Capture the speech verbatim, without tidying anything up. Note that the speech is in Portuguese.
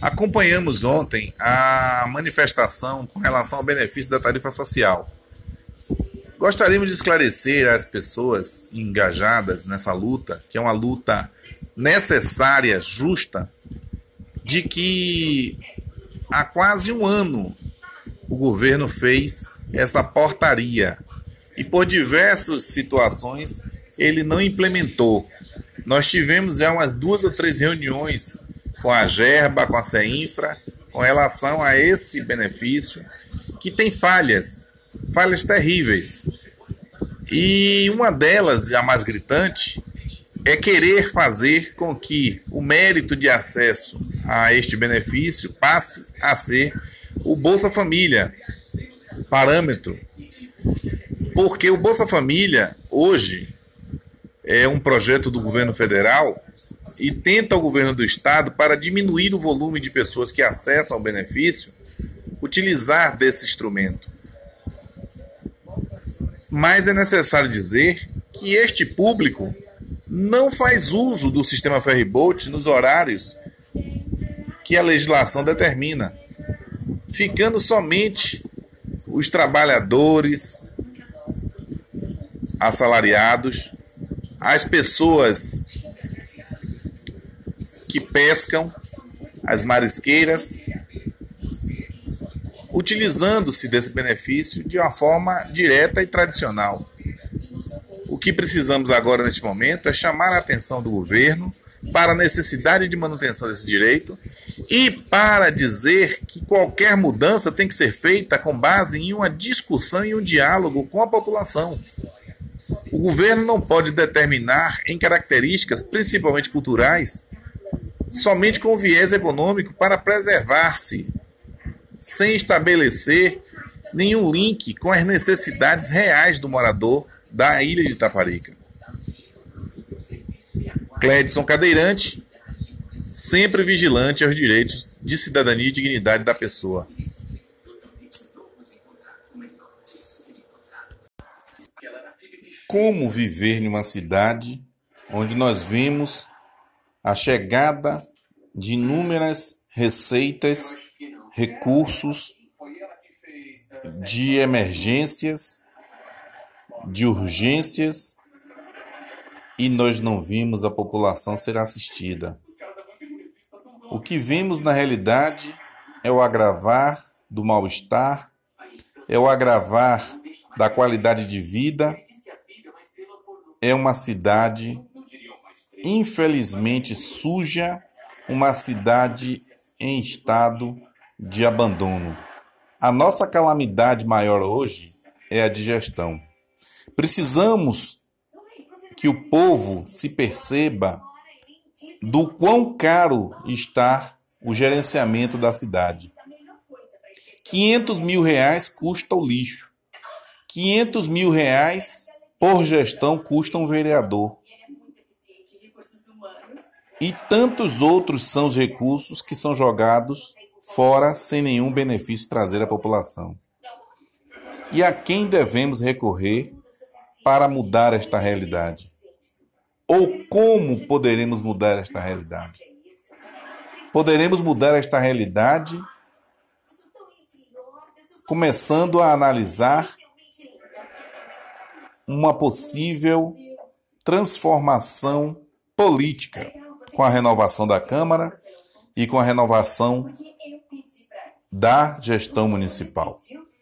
Acompanhamos ontem a manifestação com relação ao benefício da tarifa social. Gostaríamos de esclarecer às pessoas engajadas nessa luta, que é uma luta necessária, justa, de que há quase um ano o governo fez essa portaria e por diversas situações ele não implementou. Nós tivemos já umas duas ou três reuniões com a Gerba, com a CEINFRA, com relação a esse benefício, que tem falhas, falhas terríveis. E uma delas, a mais gritante, é querer fazer com que o mérito de acesso a este benefício passe a ser o Bolsa Família, parâmetro. Porque o Bolsa Família, hoje, é um projeto do governo federal e tenta o governo do estado, para diminuir o volume de pessoas que acessam o benefício, utilizar desse instrumento. Mas é necessário dizer que este público não faz uso do sistema ferry-boat nos horários que a legislação determina, ficando somente os trabalhadores assalariados, as pessoas que pescam, as marisqueiras, utilizando-se desse benefício de uma forma direta e tradicional. O que precisamos agora, neste momento, é chamar a atenção do governo para a necessidade de manutenção desse direito e para dizer que qualquer mudança tem que ser feita com base em uma discussão e um diálogo com a população. O governo não pode determinar em características, principalmente culturais, somente com viés econômico para preservar-se, sem estabelecer nenhum link com as necessidades reais do morador da ilha de Itaparica. Clédson Cadeirante, sempre vigilante aos direitos de cidadania e dignidade da pessoa. Como viver em uma cidade onde nós vemos a chegada de inúmeras receitas, recursos de emergências, de urgências, e nós não vimos a população ser assistida? O que vimos na realidade é o agravar do mal-estar, é o agravar da qualidade de vida. É uma cidade, infelizmente, suja, uma cidade em estado de abandono. A nossa calamidade maior hoje é a digestão. Precisamos que o povo se perceba do quão caro está o gerenciamento da cidade. quinhentos mil reais custa o lixo. quinhentos mil reais por gestão custa um vereador. E tantos outros são os recursos que são jogados fora sem nenhum benefício trazer à população. E a quem devemos recorrer para mudar esta realidade? Ou como poderemos mudar esta realidade? Poderemos mudar esta realidade começando a analisar uma possível transformação política com a renovação da Câmara e com a renovação da gestão municipal.